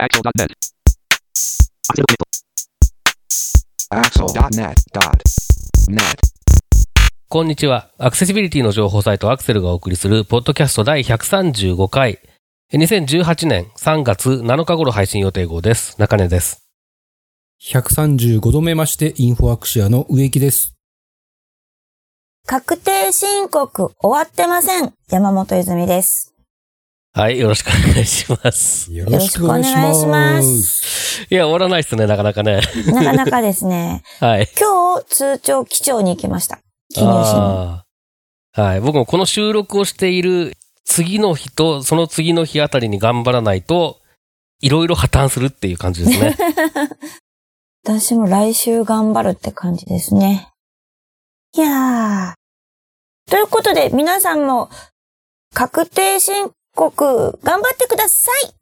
Axel.net. Axel.net.net. こんにちは。アクセシビリティの情報サイトアクセルがお送りするポッドキャスト第135回。2018年3月7日頃配信予定号です。中根です。 135度目ましてインフォアクシアの植木です。 確定申告終わってません。山本泉です。 はい、よろしくお願いします。 よろしくお願いします。 いや、終わらないっすね、なかなかね。 なかなかですね。 はい。 今日、通帳記帳に行きました。記入しに。 はい。僕もこの収録をしている次の日とその次の日あたりに頑張らないと、いろいろ破綻するっていう感じですね。 私も来週頑張るって感じですね。いやー。ということで、皆さんも、確定申告、頑張ってください。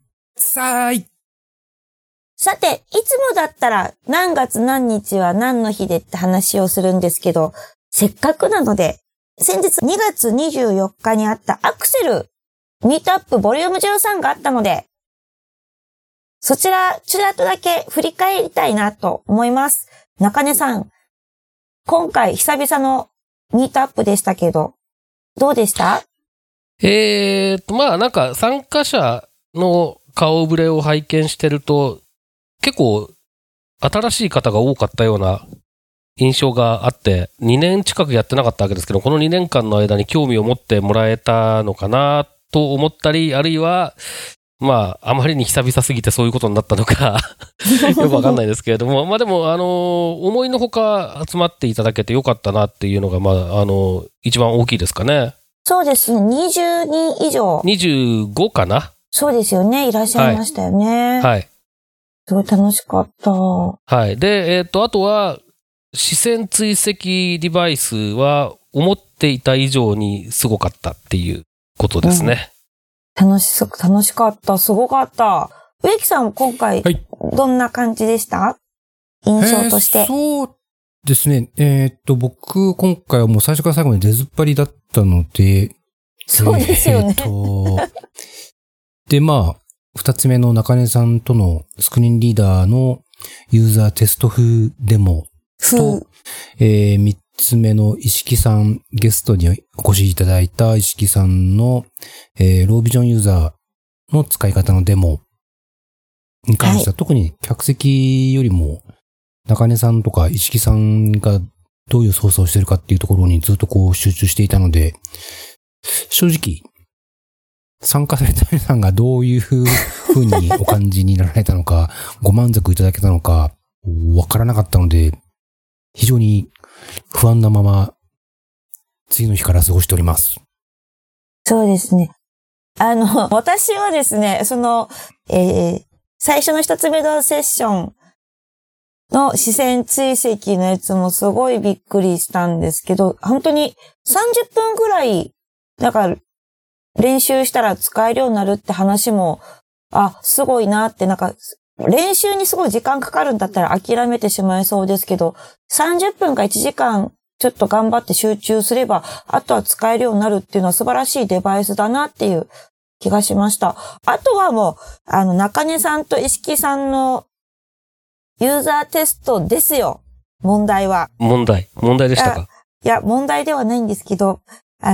さて、いつもだったら、何月何日は何の日でって話をするんですけど、せっかくなので、先日2月24日にあったアクセルミートアップボリューム13があったので、そちら、ちらっとだけ振り返りたいなと思います。中根さん、今回久々のミートアップでしたけど、どうでした？ まあなんか参加者の顔ぶれを拝見してると、結構新しい方が多かったような印象があって、2年近くやってなかったわけですけど、この2年間の間に興味を持ってもらえたのかなと思ったり、あるいは、まあ、あまりに久々すぎてそういうことになったのか、よくわかんないですけれども、まあでも、思いのほか集まっていただけてよかったなっていうのが、まあ、一番大きいですかね。 そうですね、20人以上。 25かな？ そうですよね、いらっしゃいましたよね。 はい。 すごい楽しかった。はい。で、あとは、視線追跡デバイスは思っていた以上にすごかったっていうことですね。 楽しかった。すごかった。植木さん今回、はい、どんな感じでした？印象として。 そうですね。僕、今回はもう最初から最後まで出ずっぱりだったので。 そうですよね。 で、まあ、二つ目の中根さんとのスクリーンリーダーのユーザーテスト風デモと、三つ目の石木さん、ゲストにお越しいただいた石木さんの、ロービジョンユーザーの使い方のデモに関しては、はい、特に客席よりも中根さんとか石木さんがどういう操作をしているかっていうところにずっとこう集中していたので、正直、参加された皆さんがどういう風にお感じになられたのか、ご満足いただけたのか、わからなかったので、非常に不安なまま、次の日から過ごしております。 そうですね。私はですね、最初の一つ目のセッションの視線追跡のやつもすごいびっくりしたんですけど、本当に30分ぐらい、だから練習したら使えるようになるって話も、すごいなって、なんか、練習にすごい時間かかるんだったら諦めてしまいそうですけど、30分か1時間ちょっと頑張って集中すれば、あとは使えるようになるっていうのは素晴らしいデバイスだなっていう気がしました。あとはもう、中根さんと石木さんのユーザーテストですよ。問題は。 問題でしたか？ いや、問題ではないんですけど、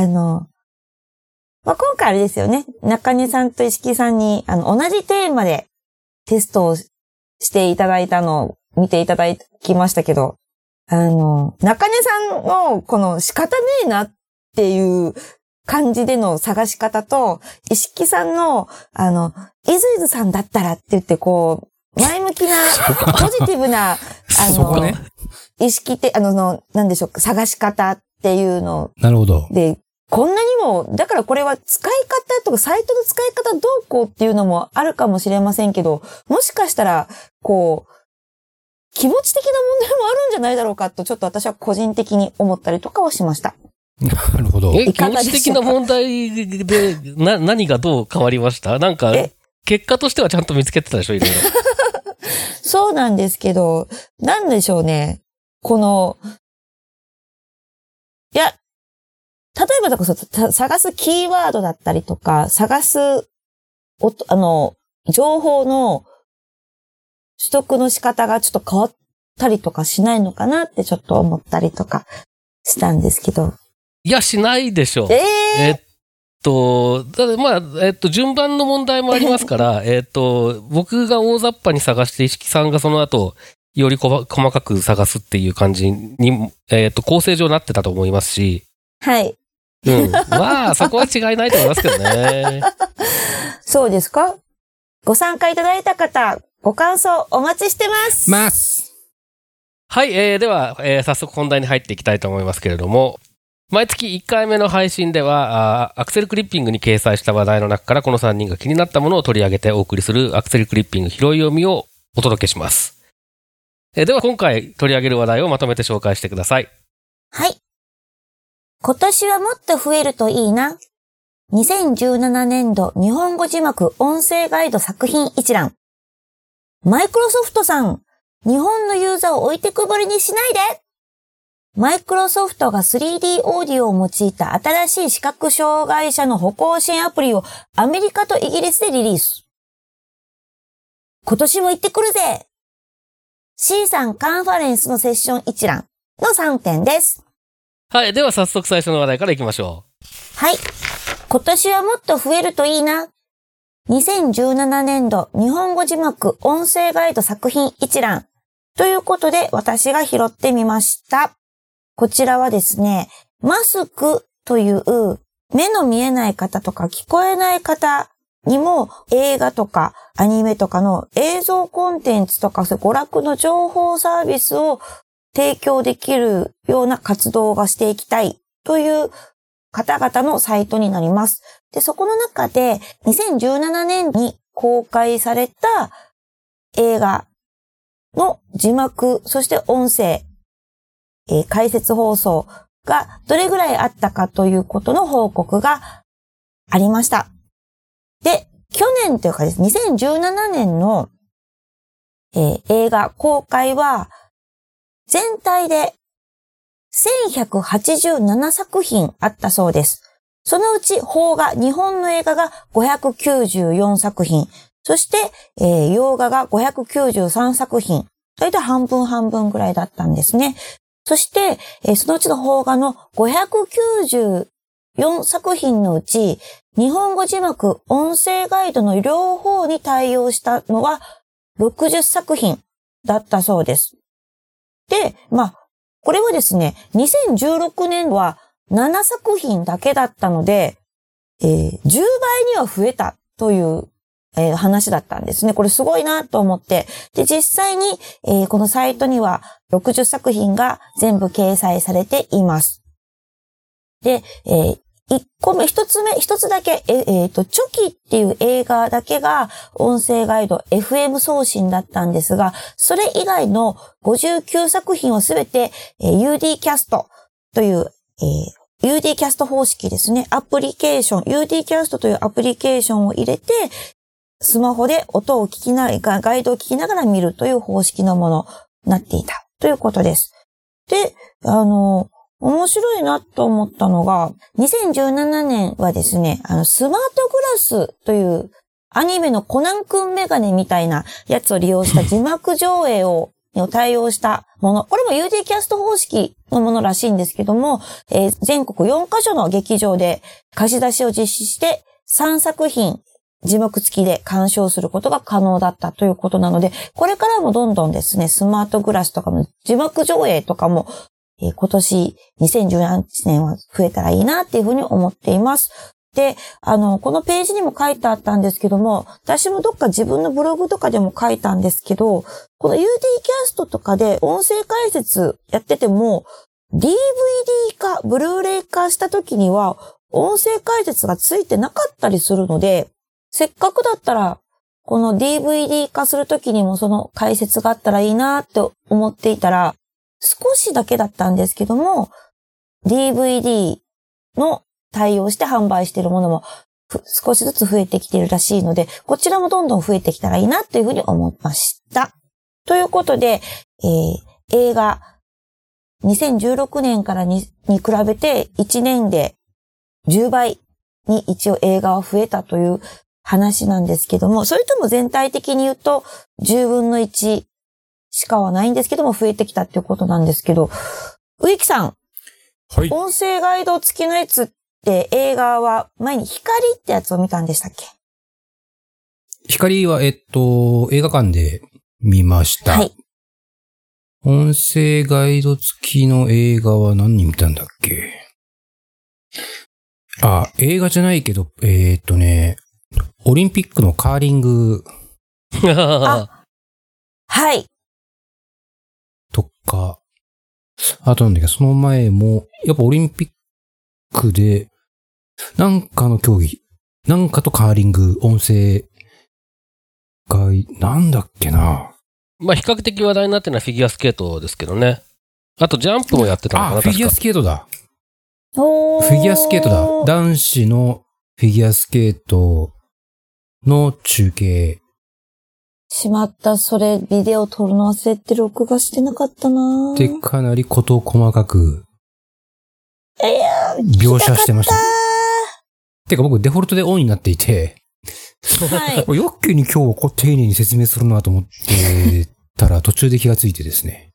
今回あれですよね。中根さんと石木さんに、同じテーマでテストをしていただいたのを見ていただきましたけど、中根さんのこの仕方ねえなっていう感じでの探し方と、石木さんの、いずいずさんだったらって言ってこう、前向きな、ポジティブな、意識って、なんでしょう、探し方っていうの。 なるほど。 で、こんなにも、だからこれは使い方とかサイトの使い方どうこうっていうのもあるかもしれませんけど、もしかしたら、こう、気持ち的な問題もあるんじゃないだろうかと、ちょっと私は個人的に思ったりとかはしました。 なるほど。 気持ち的な問題で、何がどう変わりました？なんか、結果としてはちゃんと見つけてたでしょ、いろいろ。 そうなんですけど、なんでしょうね。いや、例えばだから探すキーワードだったりとか、探す、情報の取得の仕方がちょっと変わったりとかしないのかなってちょっと思ったりとかしたんですけど。 いや、しないでしょう。だまあ、順番の問題もありますから、僕が大雑把に探して、石木さんがその後、より細かく探すっていう感じに、構成上なってたと思いますし。 はい。 まあ、そこは違いないと思いますけどね。 そうですか？ご参加いただいた方、ご感想お待ちしてます。 はい、では、早速本題に入っていきたいと思いますけれども、毎月1回目の配信では、アクセルクリッピングに掲載した話題の中からこの3人が気になったものを取り上げてお送りするアクセルクリッピング拾い読みをお届けします。では今回取り上げる話題をまとめて紹介してください。 はい。今年はもっと増えるといいな。2017年度日本語字幕音声ガイド作品一覧。マイクロソフトさん、日本のユーザーを置いてくぼりにしないで。マイクロソフトが 3D オーディオを用いた新しい視覚障害者の歩行支援アプリをアメリカとイギリスでリリース。今年も行ってくるぜ。C さんカンファレンスのセッション一覧の3点です。 はい。では早速最初の話題からいきましょう。 はい。今年はもっと増えるといいな。2017年度日本語字幕音声ガイド作品一覧ということで私が拾ってみました。こちらはですね、マスクという目の見えない方とか聞こえない方にも映画とかアニメとかの映像コンテンツとか娯楽の情報サービスを提供できるような活動がしていきたいという方々のサイトになります。で、そこの中で2017年に公開された映画の字幕、そして音声、解説放送がどれぐらいあったかということの報告がありました。で、去年というかですね、2017年の、映画公開は全体で1187作品あったそうです。そのうち邦画、日本の映画が594作品、そして、洋画が593作品、大体半分半分ぐらいだったんですね。そして、そのうちの邦画の594作品のうち、日本語字幕、音声ガイドの両方に対応したのは60作品だったそうです。で、これはですね、2016年は7作品だけだったので、10倍には増えたという話だったんですね。これすごいなと思って。で、実際に、このサイトには60作品が全部掲載されています。で、一つだけ、チョキっていう映画だけが音声ガイド FM 送信だったんですが、それ以外の59作品はすべて、UD キャストという、UD キャスト方式ですね。アプリケーション、UD キャストというアプリケーションを入れて、スマホで音をガイドを聞きながら見るという方式のものになっていたということです。で、面白いなと思ったのが、2017年はですね、スマートグラスというアニメのコナン君メガネみたいなやつを利用した字幕上映を対応したもの。これも UD キャスト方式のものらしいんですけども、全国4カ所の劇場で貸し出しを実施して3作品字幕付きで鑑賞することが可能だったということなので、これからもどんどんですね、スマートグラスとかも字幕上映とかも今年2018年は増えたらいいなっていうふうに思っています。で、このページにも書いてあったんですけども、私もどっか自分のブログとかでも書いたんですけど、この UD キャストとかで音声解説やってても、DVD 化、ブルーレイ化した時には、音声解説がついてなかったりするので、せっかくだったら、この DVD 化する時にもその解説があったらいいなって思っていたら、少しだけだったんですけども、DVD の対応して販売しているものも少しずつ増えてきているらしいので、こちらもどんどん増えてきたらいいなというふうに思いました。ということで、映画2016年からに比べて1年で10倍に一応映画は増えたという話なんですけども、それとも全体的に言うと、10分の1しかはないんですけども、増えてきたっていうことなんですけど、植木さん。 はい。 音声ガイド付きのやつって映画は前に光ってやつを見たんでしたっけ？ 光は、映画館で見ました。はい。音声ガイド付きの映画は何見たんだっけ？映画じゃないけど、オリンピックのカーリング。 はい。 とか、あとなんだけど、その前も、やっぱオリンピックで、なんかの競技、なんかとカーリング、音声なんだっけな。 まあ比較的話題になってるのはフィギュアスケートですけどね。あとジャンプもやってたのかな。 フィギュアスケートだ。 フィギュアスケートだ。男子のフィギュアスケートの中継。 しまった、それビデオ撮るの忘れて録画してなかったな。 で、かなり事細かく描写してました。てか僕デフォルトでオンになっていて、はい、よくに今日はこう丁寧に説明するなと思ってたら途中で気がついてですね。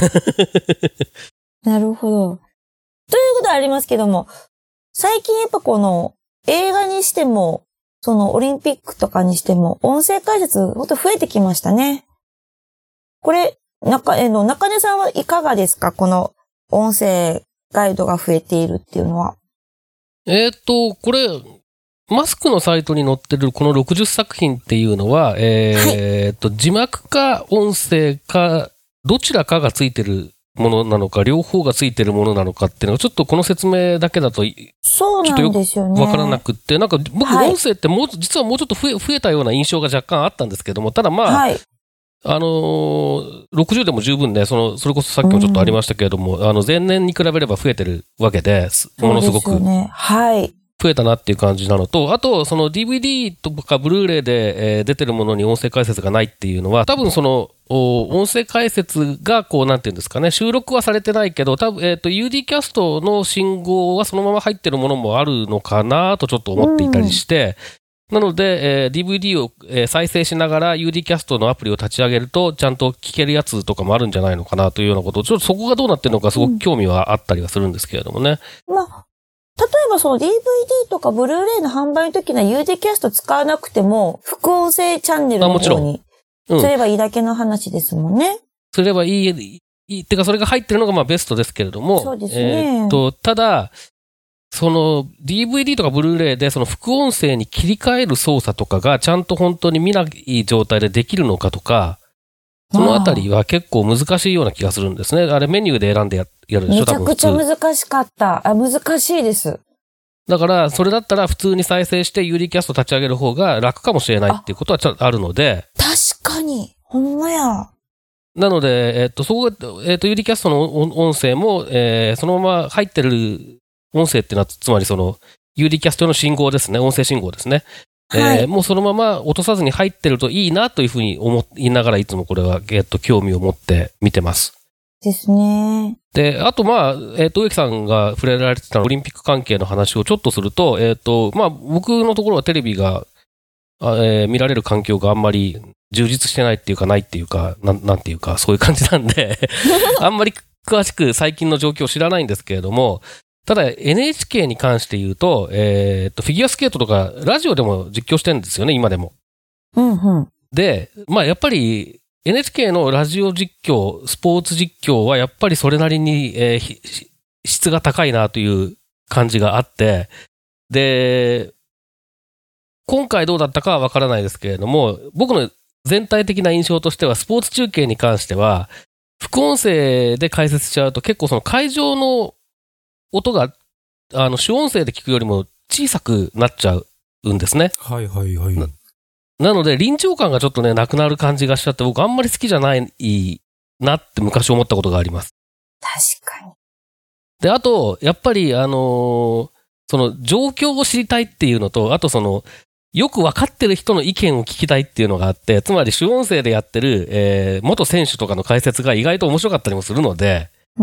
なるほど。ということはありますけども、最近やっぱこの映画にしても、そのオリンピックとかにしても、音声解説ほんと増えてきましたね。これ、中根さんはいかがですか？この音声ガイドが増えているっていうのは。 これ、マスクのサイトに載ってるこの60作品っていうのは、字幕か音声か、どちらかがついてるものなのか、両方がついてるものなのかっていうのが、ちょっとこの説明だけだと、 そうなんですよね。 ちょっとよくわからなくって、なんか僕、音声って実はもうちょっと増えたような印象が若干あったんですけども、ただまあ、はい、60でも十分ね、それこそさっきもちょっとありましたけれども、前年に比べれば増えてるわけで、ものすごく。そうですよね。はい。増えたなっていう感じなのと、あと、その DVD とかブルーレイで、出てるものに音声解説がないっていうのは、多分その、音声解説が、こう、なんていうんですかね、収録はされてないけど、多分、UD キャストの信号はそのまま入ってるものもあるのかなとちょっと思っていたりして、なので、DVD を、再生しながら UD キャストのアプリを立ち上げると、ちゃんと聞けるやつとかもあるんじゃないのかなというようなことを、ちょっとそこがどうなってるのかすごく興味はあったりはするんですけれどもね。 まあ例えばその DVD とかブルーレイの販売の時には UD キャスト使わなくても、副音声チャンネルの方にすればいいだけの話ですもんね。 すればいい、てかそれが入ってるのがまあベストですけれども。 そうですね。 ただ、その DVD とかブルーレイでその副音声に切り替える操作とかがちゃんと本当に見ない状態でできるのかとか、そのあたりは結構難しいような気がするんですね。あれメニューで選んでやるでしょ、多分。 めちゃくちゃ難しかった。難しいです。 だから、それだったら普通に再生して UD キャスト立ち上げる方が楽かもしれないっていうことはあるので。 確かに。ほんまや。 なので、そこが、UD キャストの音声も、そのまま入ってる音声っていうのは、つまりその、UD キャストの信号ですね。音声信号ですね。はい、もうそのまま落とさずに入ってるといいなというふうに思いながらいつもこれは興味を持って見てます。 ですね。 で、あとまあ、植木さんが触れられてたオリンピック関係の話をちょっとすると、まあ僕のところはテレビが、見られる環境があんまり充実してないっていうかないっていうか、なんていうかそういう感じなんで、あんまり詳しく最近の状況を知らないんですけれども、ただ NHK に関して言うと、フィギュアスケートとかラジオでも実況してるんですよね、今でも。 うんうん。 で、まあやっぱり NHK のラジオ実況、スポーツ実況はやっぱりそれなりに、質が高いなという感じがあって、で、今回どうだったかはわからないですけれども、僕の全体的な印象としてはスポーツ中継に関しては、副音声で解説しちゃうと結構その会場の音が、主音声で聞くよりも小さくなっちゃうんですね。 はいはいはい。 なので、臨場感がちょっとね、なくなる感じがしちゃって、僕あんまり好きじゃないなって昔思ったことがあります。 確かに。 で、あと、やっぱり、その状況を知りたいっていうのと、あとよくわかってる人の意見を聞きたいっていうのがあって、つまり主音声でやってる、元選手とかの解説が意外と面白かったりもするので、 うん。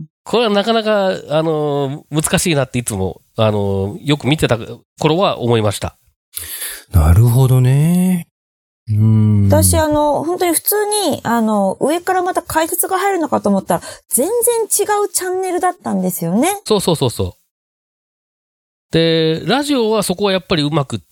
これはなかなか、難しいなっていつも、よく見てた頃は思いました。 なるほどね。 私、本当に普通に、上からまた解説が入るのかと思ったら、全然違うチャンネルだったんですよね。 そうそうそうそう。で、ラジオはそこはやっぱりうまくって、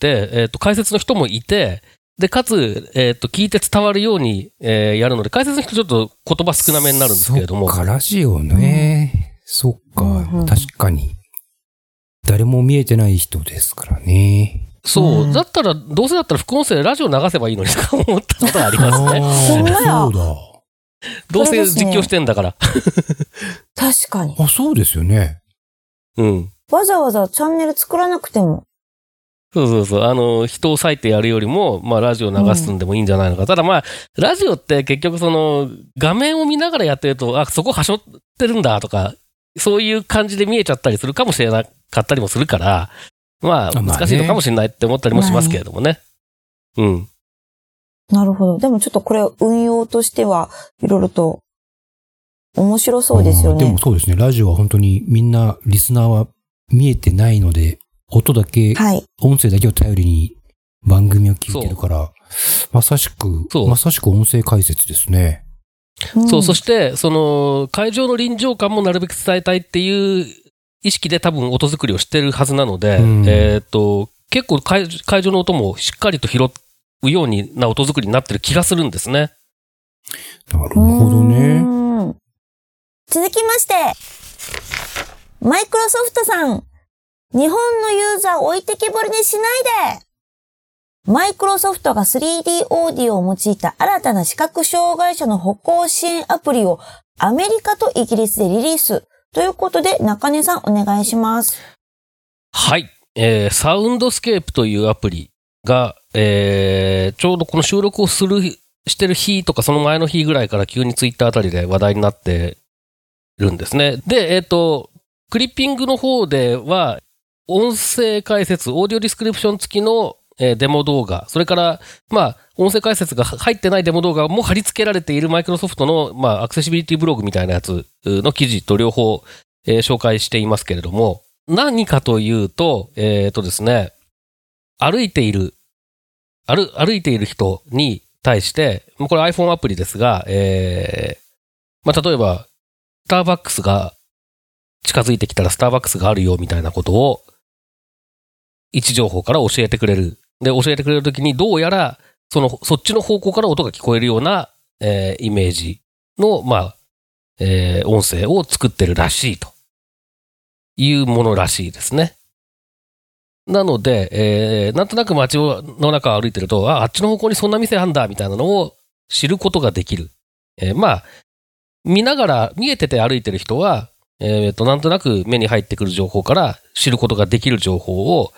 解説の人もいて、で、かつ、聞いて伝わるように、やるので、解説の人ちょっと言葉少なめになるんですけれども。 そっか、ラジオね。そっか、確かに。誰も見えてない人ですからね。 そう。だったら、どうせだったら副音声でラジオ流せばいいのにとか思ったことがありますね。 そうだ。 どうせ実況してんだから。 確かに。 あ、そうですよね。 うん。 わざわざチャンネル作らなくても。 そうそうそう。人を割いてやるよりも、まあ、ラジオ流すんでもいいんじゃないのか。ただまあ、ラジオって結局画面を見ながらやってると、あ、そこはしょってるんだとか、そういう感じで見えちゃったりするかもしれなかったりもするから、まあ、難しいのかもしれないって思ったりもしますけれどもね。うん。 なるほど。でもちょっとこれ運用としてはいろいろと面白そうですよね。 でもそうですね。ラジオは本当にみんなリスナーは見えてないので、音だけ、音声だけを頼りに番組を聞いてるから、まさしく音声解説ですね。 そう、そして、会場の臨場感もなるべく伝えたいっていう意識で多分音作りをしてるはずなので、結構会場の音もしっかりと拾うような音作りになってる気がするんですね。 なるほどね。 続きまして、マイクロソフトさん、日本のユーザーを置いてきぼりにしないで。マイクロソフトが 3D オーディオを用いた新たな視覚障害者の歩行支援アプリをアメリカとイギリスでリリース。ということで、中根さんお願いします。 はい。サウンドスケープというアプリが、ちょうどこの収録をしてる日とかその前の日ぐらいから急にツイッターあたりで話題になってるんですね。で、クリッピングの方では、音声解説、オーディオディスクリプション付きのデモ動画、それから、まあ、音声解説が入ってないデモ動画も貼り付けられているマイクロソフトの、まあ、アクセシビリティブログみたいなやつの記事と両方、紹介していますけれども、何かというと、ですね、歩いている人に対して、これ iPhone アプリですが、まあ、例えば、スターバックスが近づいてきたらスターバックスがあるよみたいなことを位置情報から教えてくれる。で、教えてくれるときにどうやらそっちの方向から音が聞こえるような、イメージの、まあ、音声を作ってるらしいというものらしいですね。なので、なんとなく街の中を歩いてると、あっちの方向にそんな店あんだみたいなのを知ることができる。まあ、見えてて歩いてる人は、なんとなく目に入ってくる情報から知ることができる情報を、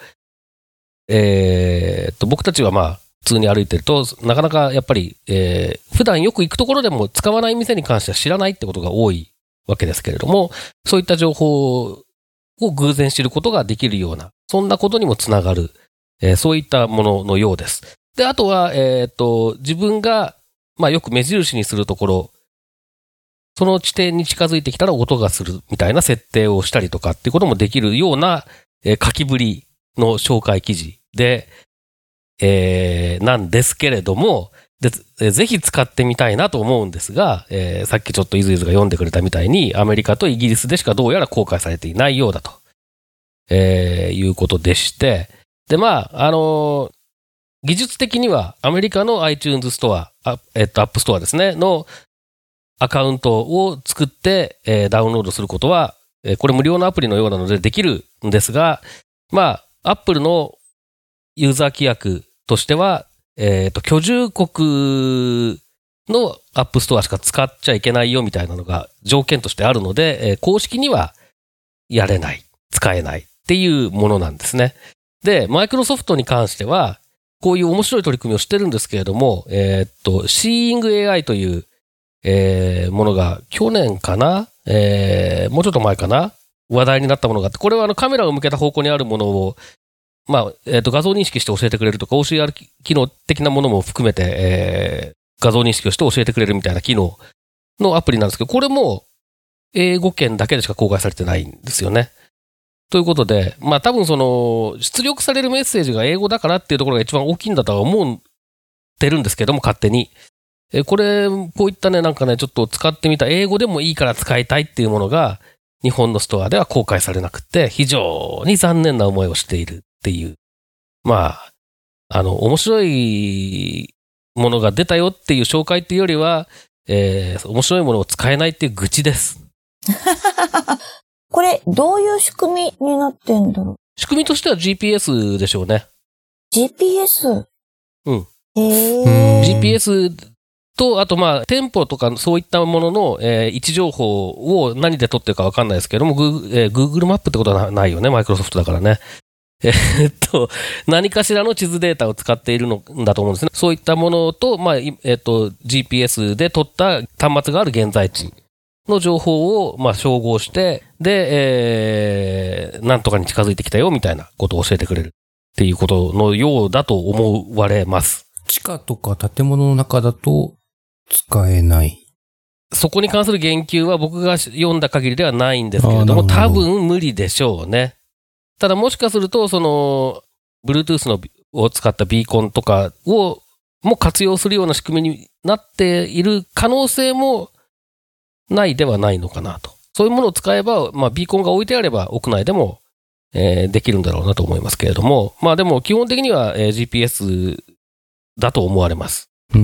僕たちはまあ、普通に歩いてると、なかなかやっぱり、普段よく行くところでも使わない店に関しては知らないってことが多いわけですけれども、そういった情報を偶然知ることができるような、そんなことにもつながる、そういったもののようです。で、あとは、自分が、まあよく目印にするところ、その地点に近づいてきたら音がするみたいな設定をしたりとかっていうこともできるような、書きぶりの紹介記事で、なんですけれども、ぜひ使ってみたいなと思うんですが、さっきちょっとイズイズが読んでくれたみたいに、アメリカとイギリスでしかどうやら公開されていないようだと、いうことでして、で、まあ、技術的にはアメリカの iTunes ストア、App ストアですね、のアカウントを作って、ダウンロードすることは、これ無料のアプリのようなのでできるんですが、まあ、Apple のユーザー規約としては、居住国のアップストアしか使っちゃいけないよみたいなのが条件としてあるので、公式にはやれない、使えないっていうものなんですね。で、マイクロソフトに関しては、こういう面白い取り組みをしてるんですけれども、Seeing AI という、ものが去年かな、もうちょっと前かな、話題になったものがあって、これはカメラを向けた方向にあるものを、まあ、画像認識して教えてくれるとか、OCR 機能的なものも含めて、画像認識をして教えてくれるみたいな機能のアプリなんですけど、これも英語圏だけでしか公開されてないんですよね。 ということで、まあ多分出力されるメッセージが英語だからっていうところが一番大きいんだとは思ってるんですけども、勝手に。こういったね、なんかね、ちょっと使ってみた、英語でもいいから使いたいっていうものが、日本のストアでは公開されなくて、非常に残念な思いをしているっていう。まあ、面白いものが出たよっていう紹介っていうよりは、面白いものを使えないっていう愚痴です。 これ、どういう仕組みになってんだろう？ 仕組みとしては GPS でしょうね。 GPS？ うん。 GPS GPS と、あとまあ、店舗とかそういったものの、位置情報を何で取ってるかわかんないですけども、Google マップってことはないよね、マイクロソフトだからね。何かしらの地図データを使っているのだと思うんですね。そういったものと、まあ、GPS で取った端末がある現在地の情報を、まあ、照合して、で、なんとかに近づいてきたよ、みたいなことを教えてくれるっていうことのようだと思われます。 地下とか建物の中だと使えない。 そこに関する言及は僕が読んだ限りではないんですけれども、多分無理でしょうね。ただもしかすると、Bluetooth を使ったビーコンとかも活用するような仕組みになっている可能性もないではないのかなと。そういうものを使えば、まあ、ビーコンが置いてあれば屋内でも、できるんだろうなと思いますけれども、まあでも基本的には、GPS だと思われます。 こ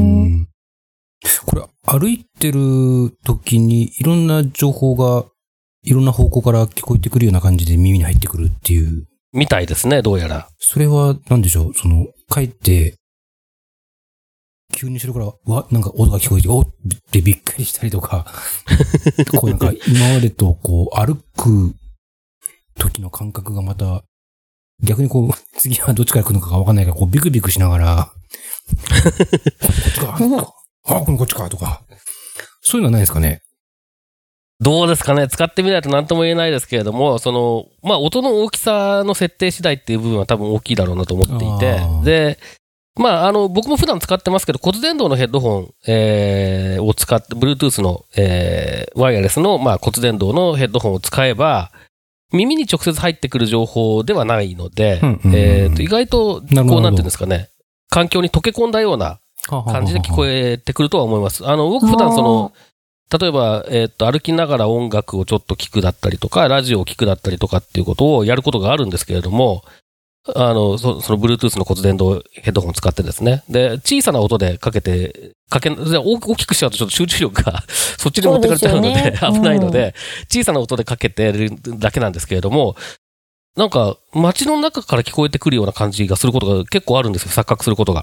れ、歩いてる時にいろんな情報がいろんな方向から聞こえてくるような感じで耳に入ってくるっていう。 みたいですね、どうやら。 それは何でしょう、帰って、急に後ろから、なんか音が聞こえて、ってびっくりしたりとか、こうなんか今までとこう歩く時の感覚がまた、逆にこう、次はどっちから来るのかわかんないから、こうビクビクしながら、こっちか、こっちかとか、そういうのはないですかね。 どうですかね、使ってみないと何とも言えないですけれども、まあ、音の大きさの設定次第っていう部分は多分大きいだろうなと思っていて、で、まあ、僕も普段使ってますけど、骨伝導のヘッドホン、を使って、Bluetooth の、ワイヤレスの、まあ、骨伝導のヘッドホンを使えば、耳に直接入ってくる情報ではないので、意外と、こうなんていうんですかね、環境に溶け込んだような感じで聞こえてくるとは思います。僕普段例えば、歩きながら音楽をちょっと聞くだったりとか、ラジオを聞くだったりとかっていうことをやることがあるんですけれども、Bluetooth の骨伝導ヘッドホンを使ってですね。で、小さな音で大きくしちゃうとちょっと集中力がそっちに持ってかれちゃうので、危ないので、小さな音でかけてるだけなんですけれども、なんか、街の中から聞こえてくるような感じがすることが結構あるんですよ、錯覚することが。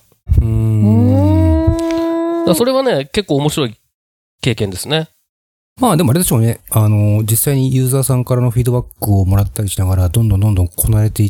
それはね、結構面白い経験ですね。 まあでもあれでしょうね。実際にユーザーさんからのフィードバックをもらったりしながら、どんどんこなれていって、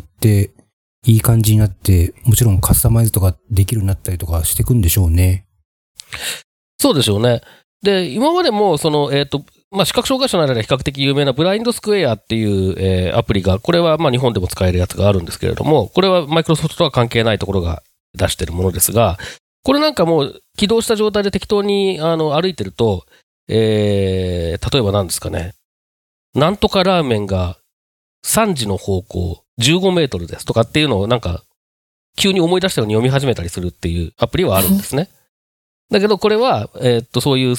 いい感じになって、もちろんカスタマイズとかできるようになったりとかしていくんでしょうね。 そうでしょうね。で、今までも、まあ、視覚障害者の間で比較的有名なブラインドスクエアっていう、アプリが、これはまあ日本でも使えるやつがあるんですけれども、これはマイクロソフトとは関係ないところが出してるものですが、これなんかもう起動した状態で適当に歩いてると、例えば何ですかね、なんとかラーメンが3時の方向15メートルですとかっていうのをなんか急に思い出したように読み始めたりするっていうアプリはあるんですね。だけどこれは、そういう、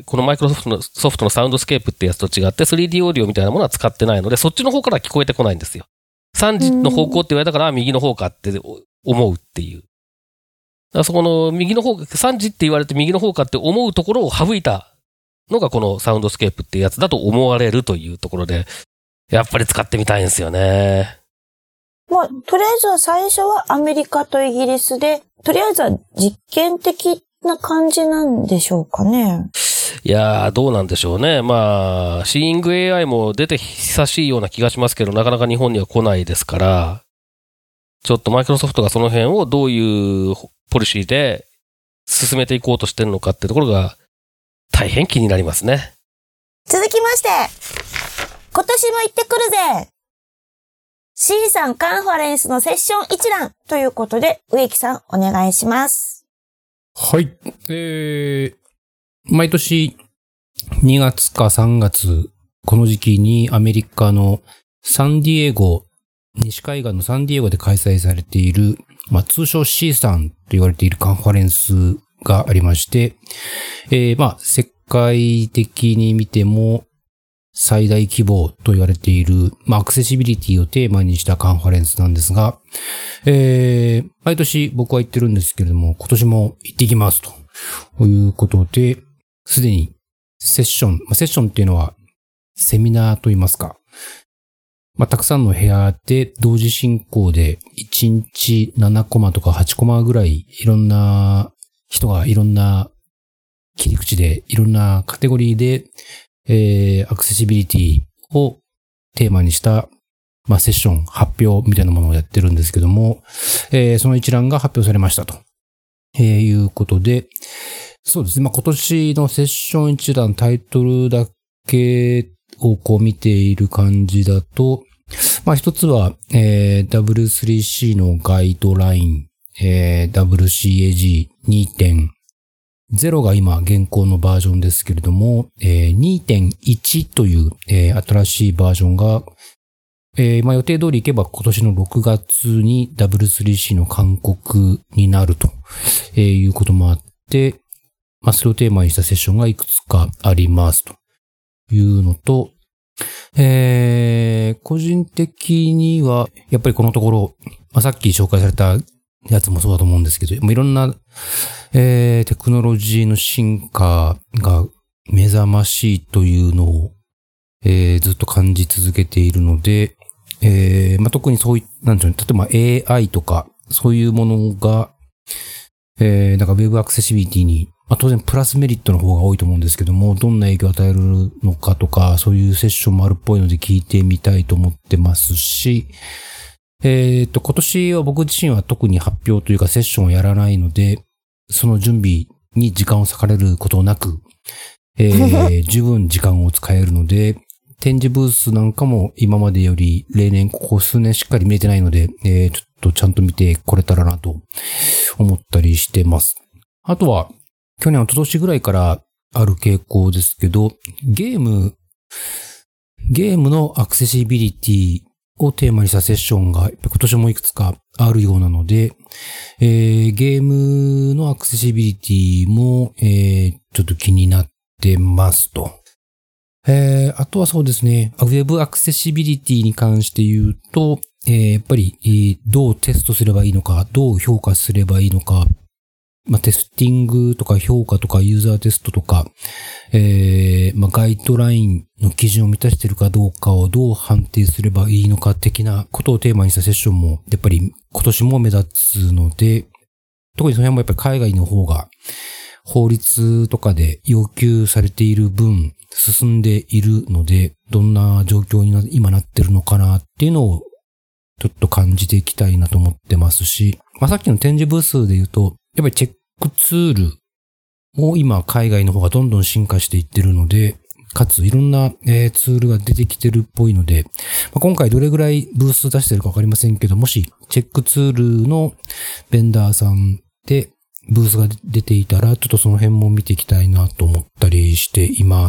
このマイクロソフトのサウンドスケープってやつと違って 3D オーディオみたいなものは使ってないので、そっちの方から聞こえてこないんですよ。3時の方向って言われたから右の方かって思うっていう。そこの右の方、3時って言われて右の方かって思うところを省いたのがこのサウンドスケープっていうやつだと思われるというところで、やっぱり使ってみたいんですよね。 まあ、とりあえずは最初はアメリカとイギリスで、とりあえずは実験的な感じなんでしょうかね。 いやー、どうなんでしょうね。まあ、シーイング AI も出て久しいような気がしますけど、なかなか日本には来ないですから、ちょっとマイクロソフトがその辺をどういうポリシーで進めていこうとしてるのかってところが大変気になりますね。 続きまして、今年も行ってくるぜ！C さんカンファレンスのセッション一覧ということで、植木さんお願いします。 はい。毎年2月か3月、この時期にアメリカのサンディエゴ、西海岸のサンディエゴで開催されている、通称 C さんと言われているカンファレンスがありまして、世界的に見ても最大規模と言われている、アクセシビリティをテーマにしたカンファレンスなんですが、毎年僕は行ってるんですけれども、今年も行ってきますということで、すでにセッションっていうのはセミナーと言いますか、たくさんの部屋で同時進行で1日7コマとか8コマぐらいいろんな人がいろんな切り口でいろんなカテゴリーで、アクセシビリティをテーマにした、セッション発表みたいなものをやってるんですけども、その一覧が発表されましたと、いうことで、そうですね。今年のセッション一覧タイトルだけを見ている感じだと、一つは、W3C のガイドライン、WCAG2.0 が今現行のバージョンですけれども、2.1 という、新しいバージョンが、予定通りいけば今年の6月に W3C の勧告になると、いうこともあって、それをテーマにしたセッションがいくつかありますというのと、個人的には、やっぱりこのところ、さっき紹介されたやつもそうだと思うんですけど、いろんな、テクノロジーの進化が目覚ましいというのを、ずっと感じ続けているので、特にそういう、なんていうの、例えば AI とか、そういうものが、ウェブアクセシビリティに、当然プラスメリットの方が多いと思うんですけども、どんな影響を与えるのかとか、そういうセッションもあるっぽいので聞いてみたいと思ってますし、今年は僕自身は特に発表というかセッションをやらないので、その準備に時間を割かれることなく、十分時間を使えるので、展示ブースなんかも今までより例年ここ数年しっかり見れてないので、ちょっとちゃんと見てこれたらなと思ったりしてます。あとは、去年、一昨年ぐらいからある傾向ですけど、ゲームのアクセシビリティをテーマにしたセッションが今年もいくつかあるようなので、ゲームのアクセシビリティも、ちょっと気になってますと。あとはそうですね、ウェブアクセシビリティに関して言うと、やっぱり、どうテストすればいいのか、どう評価すればいいのか、テスティングとか評価とかユーザーテストとか、ガイドラインの基準を満たしているかどうかをどう判定すればいいのか的なことをテーマにしたセッションもやっぱり今年も目立つので、特にその辺もやっぱり海外の方が法律とかで要求されている分進んでいるので、どんな状況に今なってるのかなっていうのをちょっと感じていきたいなと思ってますし、さっきの展示ブースで言うと、やっぱりチェックツールも今海外の方がどんどん進化していってるので、かついろんな、ツールが出てきてるっぽいので、今回どれぐらいブース出してるかわかりませんけど、もしチェックツールのベンダーさんでブースが出ていたら、ちょっとその辺も見ていきたいなと思ったりしています。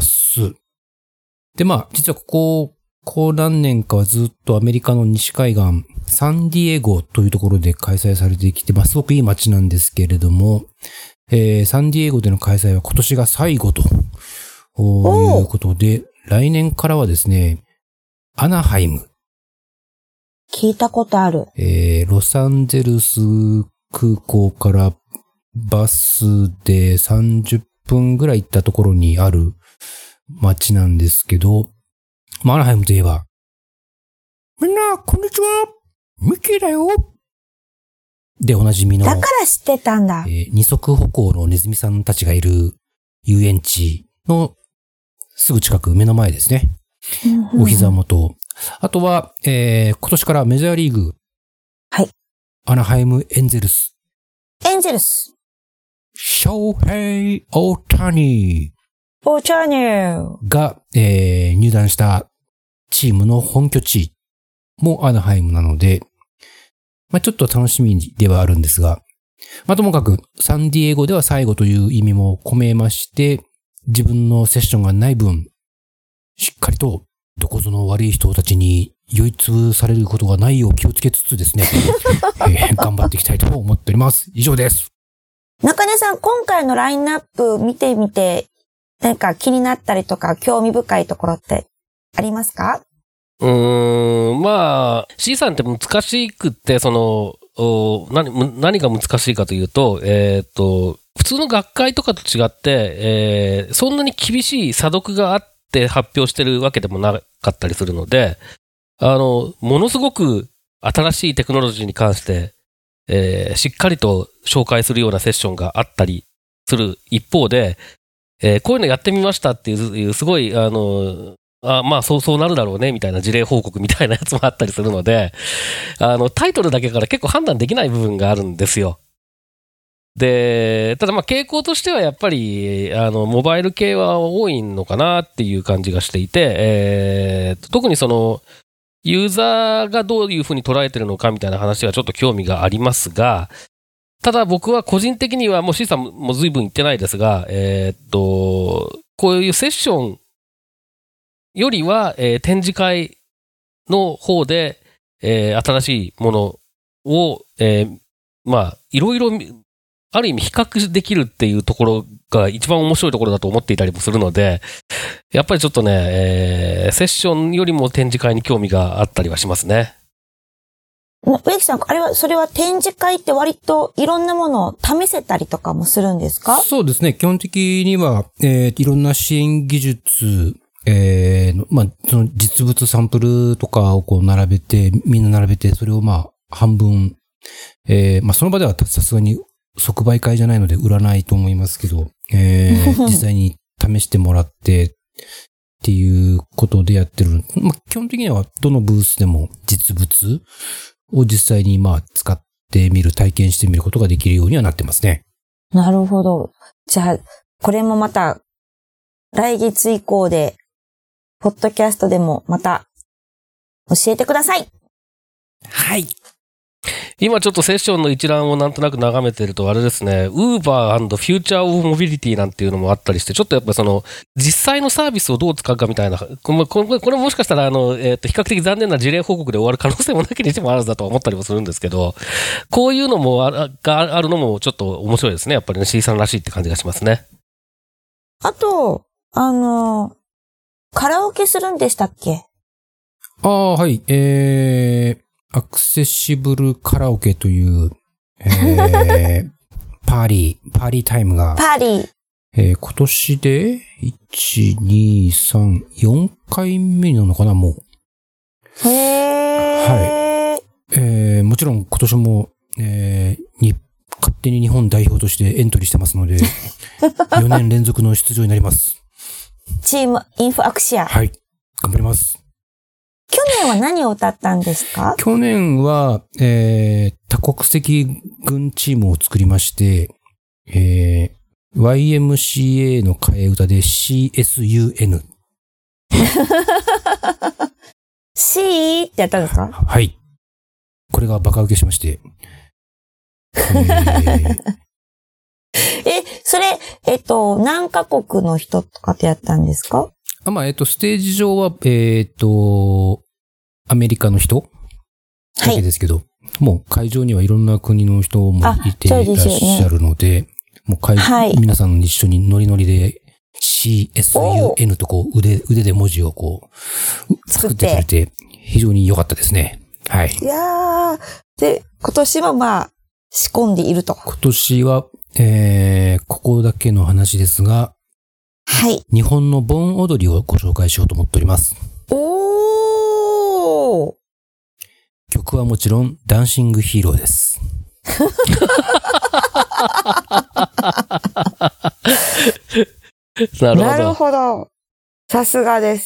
で、実はこ何年かはずっとアメリカの西海岸、サンディエゴというところで開催されてきて、すごくいい街なんですけれども、サンディエゴでの開催は今年が最後ということで、来年からはですね、アナハイム。 聞いたことある。 ロサンゼルス空港からバスで30分ぐらい行ったところにある街なんですけど、アナハイムといえば、みんな、こんにちは、ミッキーだよでおなじみの。 だから知ってたんだ。 二足歩行のネズミさんたちがいる遊園地のすぐ近く、目の前ですね。お膝元。あとは、今年からメジャーリーグ。 はい。 アナハイムエンゼルス。 エンゼルス。 ショウヘイ・オータニが、入団したチームの本拠地もアナハイムなので、ちょっと楽しみではあるんですが、ともかくサンディエゴでは最後という意味も込めまして、自分のセッションがない分、しっかりとどこぞの悪い人たちに酔いつぶされることがないよう気をつけつつですね、頑張っていきたいと思っております。以上です。 中根さん、今回のラインナップ見てみて、何か気になったりとか興味深いところってありますか？ まあ、C さんって難しくって、何が難しいかというと、普通の学会とかと違って、そんなに厳しい査読があって発表してるわけでもなかったりするので、ものすごく新しいテクノロジーに関して、しっかりと紹介するようなセッションがあったりする一方で、こういうのやってみましたっていう、すごい、まあ、そうなるだろうね、みたいな事例報告みたいなやつもあったりするので、タイトルだけから結構判断できない部分があるんですよ。で、ただまあ傾向としてはやっぱり、モバイル系は多いのかなっていう感じがしていて、特にユーザーがどういうふうに捉えてるのかみたいな話はちょっと興味がありますが、ただ僕は個人的には、もう C さんも随分言ってないですが、こういうセッションよりは、展示会の方で、新しいものを、まあ、いろいろ、ある意味比較できるっていうところが一番面白いところだと思っていたりもするので、やっぱりちょっとね、セッションよりも展示会に興味があったりはしますね。 植木さん、それは展示会って割といろんなものを試せたりとかもするんですか？ そうですね。基本的には、いろんな支援技術、まあ、その実物サンプルとかをこうみんな並べて、それをまあ、半分、まあ、その場ではさすがに即売会じゃないので売らないと思いますけど、実際に試してもらってっていうことでやってる。まあ、基本的にはどのブースでも実物を実際にまあ、使ってみる、体験してみることができるようにはなってますね。 なるほど。じゃあ、これもまた、来月以降で、ポッドキャストでもまた教えてください。 はい。 今ちょっとセッションの一覧をなんとなく眺めてるとあれですね、Uber and Future of Mobility なんていうのもあったりして、ちょっとやっぱ実際のサービスをどう使うかみたいな、これもしかしたら比較的残念な事例報告で終わる可能性もなきにしてもあるだと思ったりもするんですけど、こういうのもがあるのもちょっと面白いですね。やっぱりね、C さんらしいって感じがしますね。 あと、カラオケするんでしたっけ？ はい。アクセシブルカラオケという、パーリータイムが、今年で、1、2、3、4回目になるのかな、もう。はい。もちろん今年も、勝手に日本代表としてエントリーしてますので、4年連続の出場になります。 チームインフアクシア。 はい。頑張ります。 去年は何を歌ったんですか？ 去年は、多国籍軍チームを作りまして、YMCA の替え歌で CSUN。 C ってやったんですか？ はい。これがバカ受けしまして。 それ、何カ国の人とかってやったんですか？ まあ、ステージ上は、アメリカの人だけですけど、もう会場にはいろんな国の人もいていらっしゃるので、もう皆さん一緒にノリノリで CSUN とこう腕で文字をこう作ってくれて非常に良かったですね。はい。 いやー、で、今年はまあ仕込んでいると。 今年は、ここだけの話ですが、 はい。 日本の盆踊りをご紹介しようと思っております。 おー。 曲はもちろん、ダンシングヒーローです。 なるほど。さすがです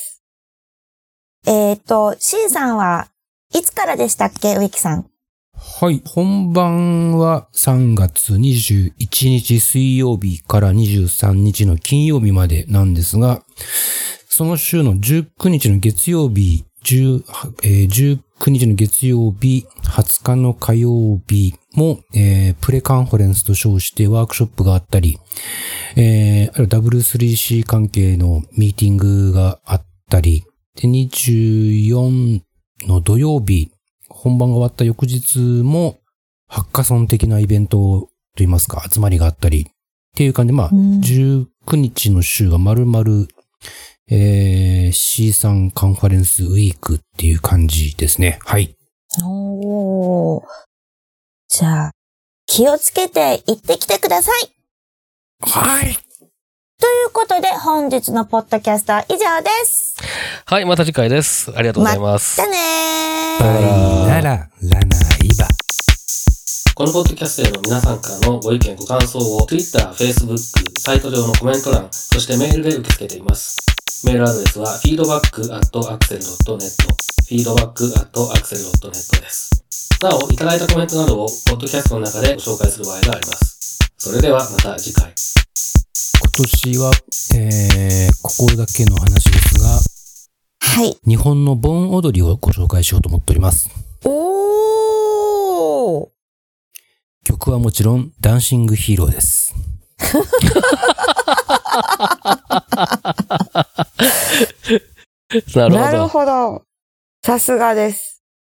。C さんはいつからでしたっけ、植木さん。 はい。本番は3月21日水曜日から23日の金曜日までなんですが、その週の19日の月曜日、19日の月曜日、20日の火曜日も、プレカンファレンスと称してワークショップがあったり、ある W3C 関係のミーティングがあったり、で、24 の土曜日、本番が終わった翌日も、ハッカソン的なイベントといいますか、集まりがあったり、っていう感じで、19日の週が丸々、C3 カンファレンスウィークっていう感じですね。はい。 おー。じゃあ、気をつけて行ってきてください。 はい。 ということで、本日のポッドキャストは以上です。 はい、また次回です。ありがとうございます。 またねー。 バイナラ、ラナイバ。 このポッドキャストへの皆さんからのご意見ご感想を Twitter、Facebook、サイト上のコメント欄、そしてメールで受け付けています。メールアドレスは feedback@axel.net feedback@axel.net です。なお、いただいたコメントなどをポッドキャストの中でご紹介する場合があります。それではまた次回。 今年は、ここだけの話ですが、 はい。 日本の盆踊りをご紹介しようと思っております。 おー。 曲はもちろん、ダンシングヒーローです。 なるほど。 なるほど。さすがです。